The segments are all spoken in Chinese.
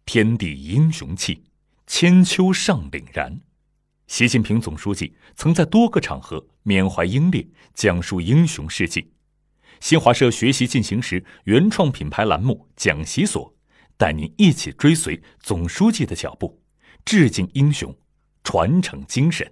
天地英雄气，千秋尚凛然。习近平总书记曾在多个场合缅怀英烈，讲述英雄事迹。新华社学习进行时原创品牌栏目讲习所，带您一起追随总书记的脚步，致敬英雄，传承精神。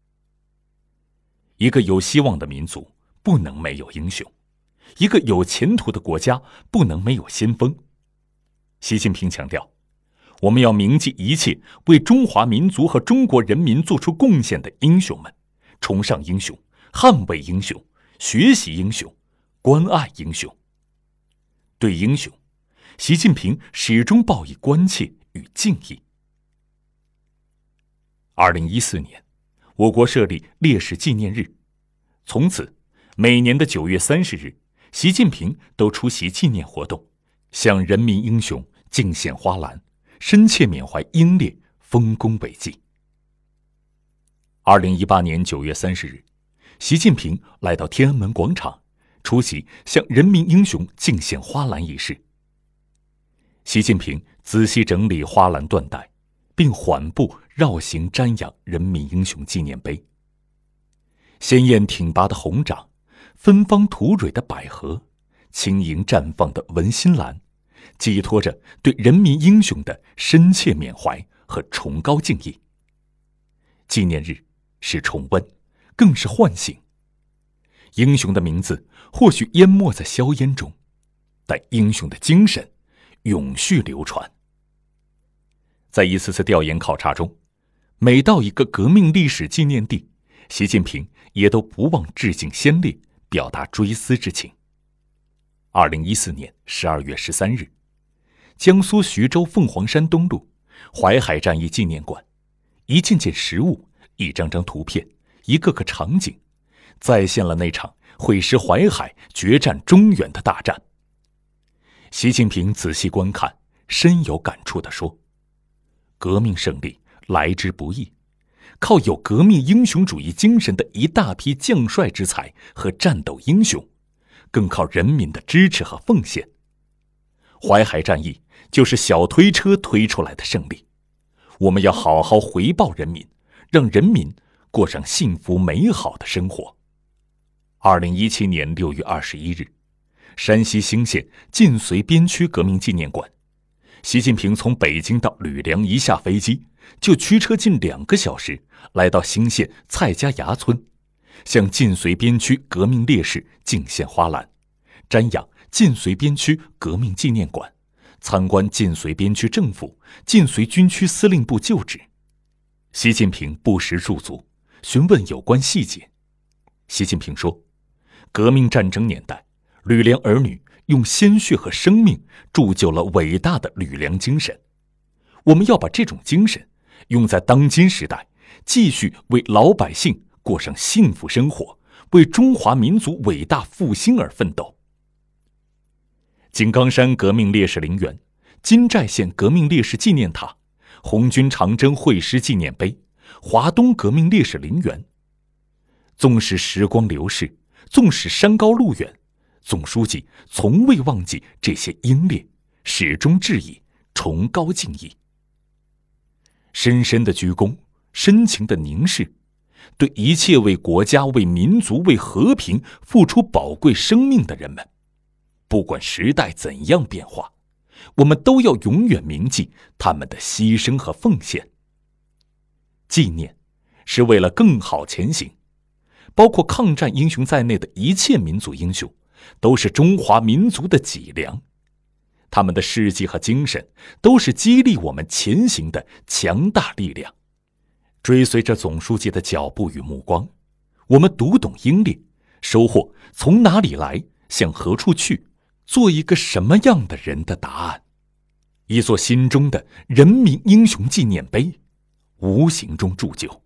一个有希望的民族不能没有英雄，一个有前途的国家不能没有先锋。习近平强调，我们要铭记一切为中华民族和中国人民做出贡献的英雄们，崇尚英雄，捍卫英雄，学习英雄，关爱英雄。对英雄，习近平始终抱以关切与敬意。2014年，我国设立烈士纪念日，从此每年的9月30日，习近平都出席纪念活动，向人民英雄敬献花篮，深切缅怀英烈丰功伟绩。2018年9月30日，习近平来到天安门广场，出席向人民英雄敬献花篮仪式。习近平仔细整理花篮缎带，并缓步绕行瞻仰人民英雄纪念碑。鲜艳挺拔的红掌，芬芳吐蕊的百合，轻盈绽放的文心兰，寄托着对人民英雄的深切缅怀和崇高敬意。纪念日是重温，更是唤醒。英雄的名字或许淹没在硝烟中，但英雄的精神永续流传。在一次次调研考察中，每到一个革命历史纪念地，习近平也都不忘致敬先烈，表达追思之情。2014年12月13日，江苏徐州凤凰山东路淮海战役纪念馆，一件件实物，一张张图片，一个个场景，再现了那场毁尸淮海、决战中原的大战。习近平仔细观看，深有感触地说，革命胜利来之不易，靠有革命英雄主义精神的一大批将帅之才和战斗英雄，更靠人民的支持和奉献。淮海战役就是小推车推出来的胜利，我们要好好回报人民，让人民过上幸福美好的生活。2017年6月21日，山西兴县晋绥边区革命纪念馆，习近平从北京到吕梁一下飞机，就驱车近2个小时，来到兴县蔡家崖村，向晋绥边区革命烈士敬献花篮，瞻仰晋绥边区革命纪念馆，参观晋绥边区政府、晋绥军区司令部旧址。习近平不时驻足，询问有关细节。习近平说，革命战争年代，吕梁儿女用鲜血和生命铸就了伟大的吕梁精神，我们要把这种精神用在当今时代，继续为老百姓过上幸福生活，为中华民族伟大复兴而奋斗。井冈山革命烈士陵园、金寨县革命烈士纪念塔、红军长征会师纪念碑、华东革命烈士陵园，纵使时光流逝，纵使山高路远，总书记从未忘记这些英烈，始终致以崇高敬意。深深的鞠躬，深情的凝视，对一切为国家、为民族、为和平付出宝贵生命的人们，不管时代怎样变化，我们都要永远铭记他们的牺牲和奉献。纪念是为了更好前行，包括抗战英雄在内的一切民族英雄，都是中华民族的脊梁，他们的事迹和精神都是激励我们前行的强大力量。追随着总书记的脚步与目光，我们读懂英烈，收获从哪里来，向何处去，做一个什么样的人的答案。一座心中的人民英雄纪念碑，无形中铸就。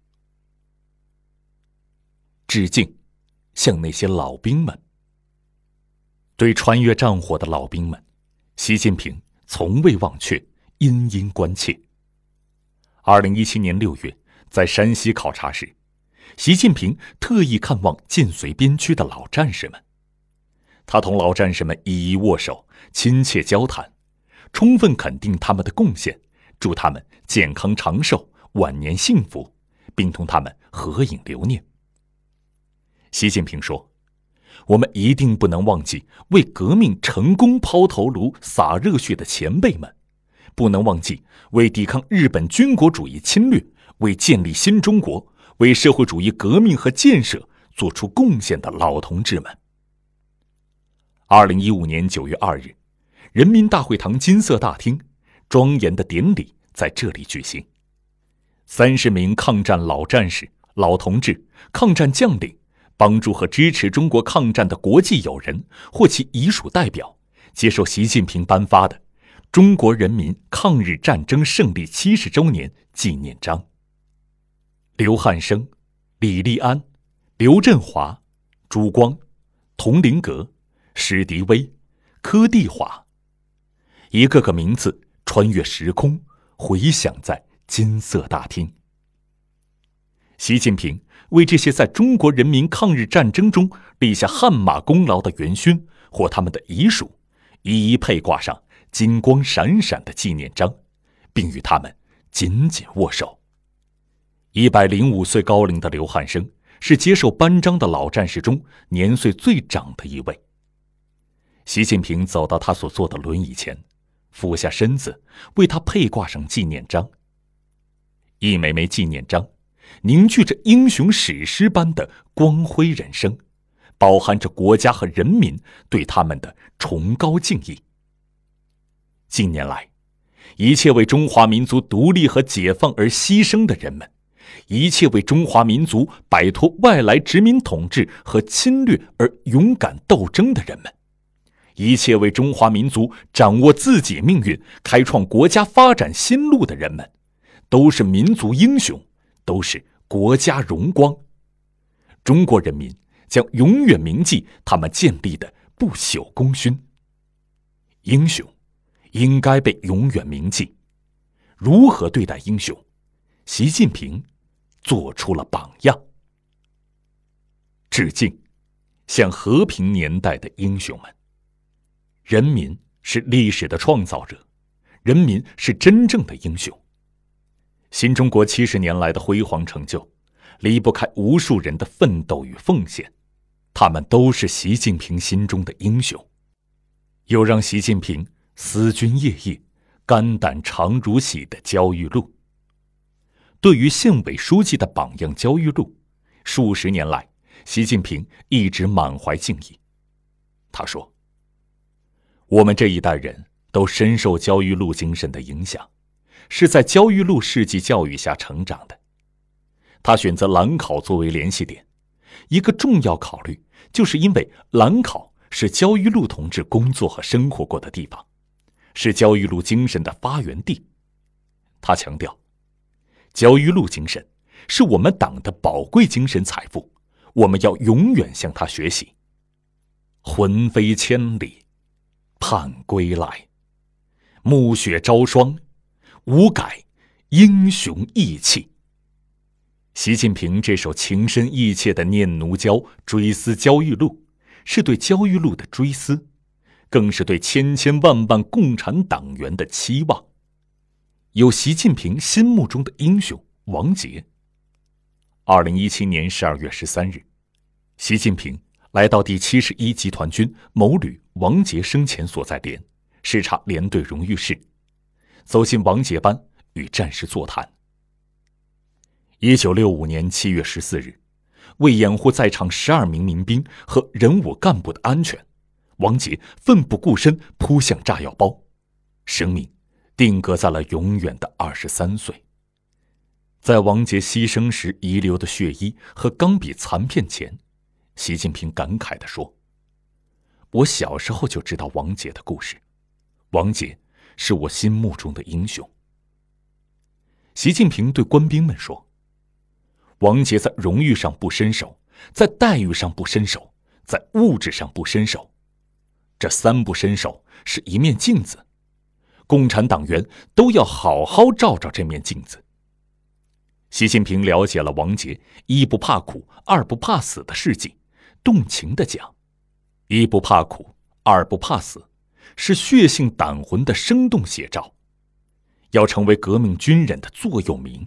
致敬，向那些老兵们。对穿越战火的老兵们，习近平从未忘却，殷殷关切。2017年6月，在山西考察时，习近平特意看望晋绥边区的老战士们，他同老战士们一一握手，亲切交谈，充分肯定他们的贡献， 祝他们健康长寿、晚年幸福，并同他们合影留念。习近平说，我们一定不能忘记为革命成功抛头颅洒热血的前辈们，不能忘记为抵抗日本军国主义侵略、为建立新中国、为社会主义革命和建设做出贡献的老同志们。2015年9月2日，人民大会堂金色大厅，庄严的典礼在这里举行。30名抗战老战士、老同志、抗战将领，帮助和支持中国抗战的国际友人或其遗属代表，接受习近平颁发的中国人民抗日战争胜利70周年纪念章。刘汉生、李立安、刘振华、朱光、佟麟阁、史迪威、柯地华，一个个名字穿越时空，回响在金色大厅。习近平为这些在中国人民抗日战争中立下汗马功劳的元勋或他们的遗属，一一佩挂上金光闪闪的纪念章，并与他们紧紧握手。105岁高龄的刘汉生是接受颁章的老战士中年岁最长的一位。习近平走到他所坐的轮椅前，俯下身子为他佩挂上纪念章。一枚枚纪念章凝聚着英雄史诗般的光辉人生，饱含着国家和人民对他们的崇高敬意。近年来，一切为中华民族独立和解放而牺牲的人们，一切为中华民族摆脱外来殖民统治和侵略而勇敢斗争的人们，一切为中华民族掌握自己命运、开创国家发展新路的人们，都是民族英雄，都是国家荣光。中国人民将永远铭记他们建立的不朽功勋。英雄应该被永远铭记。如何对待英雄，习近平做出了榜样。致敬向和平年代的英雄们。人民是历史的创造者，人民是真正的英雄。新中国70年来的辉煌成就，离不开无数人的奋斗与奉献，他们都是习近平心中的英雄。有让习近平思君夜夜、肝胆常如洗的焦裕禄。对于县委书记的榜样焦裕禄，数十年来，习近平一直满怀敬意。他说，我们这一代人都深受焦裕禄精神的影响，是在焦裕禄事迹教育下成长的。他选择兰考作为联系点，一个重要考虑就是因为兰考是焦裕禄同志工作和生活过的地方，是焦裕禄精神的发源地。他强调，焦裕禄精神是我们党的宝贵精神财富，我们要永远向他学习。魂飞千里，盼归来，暮雪朝霜，无改英雄义气。习近平这首情深意切的念奴娇、追思焦裕禄，是对焦裕禄的追思，更是对千千万万共产党员的期望。有习近平心目中的英雄王杰。2017年12月13日，习近平来到第71集团军某旅王杰生前所在连，视察连队荣誉室，走进王杰班与战士座谈。1965年7月14日，为掩护在场12名民兵和人武干部的安全，王杰奋不顾身扑向炸药包，生命定格在了永远的23岁。在王杰牺牲时遗留的血衣和钢笔残片前，习近平感慨地说，我小时候就知道王杰的故事，王杰是我心目中的英雄。习近平对官兵们说，王杰在荣誉上不伸手，在待遇上不伸手，在物质上不伸手，这3不伸手是一面镜子，共产党员都要好好照照这面镜子。习近平了解了王杰1不怕苦2不怕死的事迹，动情地讲，1不怕苦2不怕死是血性胆魂的生动写照。 要成为革命军人的座右铭。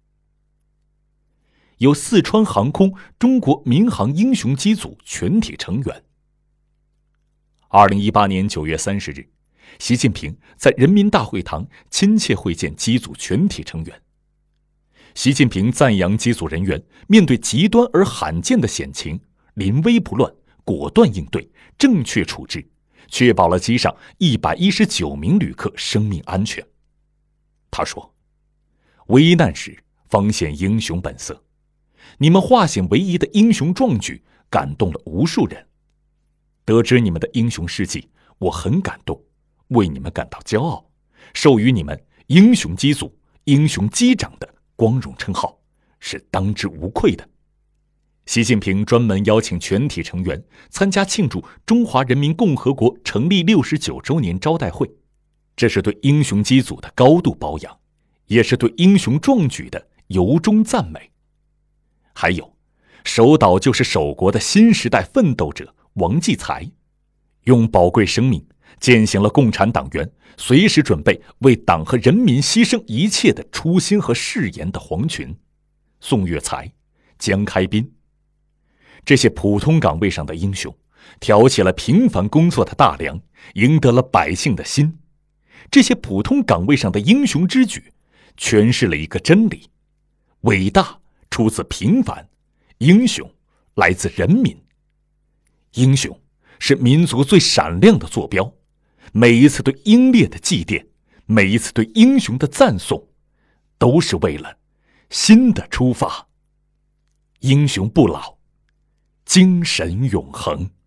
有四川航空中国民航英雄机组全体成员。2018年9月30日，习近平在人民大会堂亲切会见机组全体成员。习近平赞扬机组人员面对极端而罕见的险情，临危不乱，果断应对，正确处置，确保了机上119名旅客生命安全。他说：“危难时方显英雄本色，你们化险为夷的英雄壮举感动了无数人。得知你们的英雄事迹，我很感动，为你们感到骄傲，授予你们英雄机组、英雄机长的光荣称号，是当之无愧的。”习近平专门邀请全体成员参加庆祝中华人民共和国成立69周年招待会，这是对英雄机组的高度褒扬，也是对英雄壮举的由衷赞美。还有，守岛就是守国的新时代奋斗者王继才，用宝贵生命践行了共产党员随时准备为党和人民牺牲一切的初心和誓言的黄群、宋岳才、江开斌。这些普通岗位上的英雄，挑起了平凡工作的大梁，赢得了百姓的心。这些普通岗位上的英雄之举，诠释了一个真理：伟大出自平凡，英雄来自人民。英雄是民族最闪亮的坐标，每一次对英烈的祭奠，每一次对英雄的赞颂，都是为了新的出发。英雄不老，精神永恒。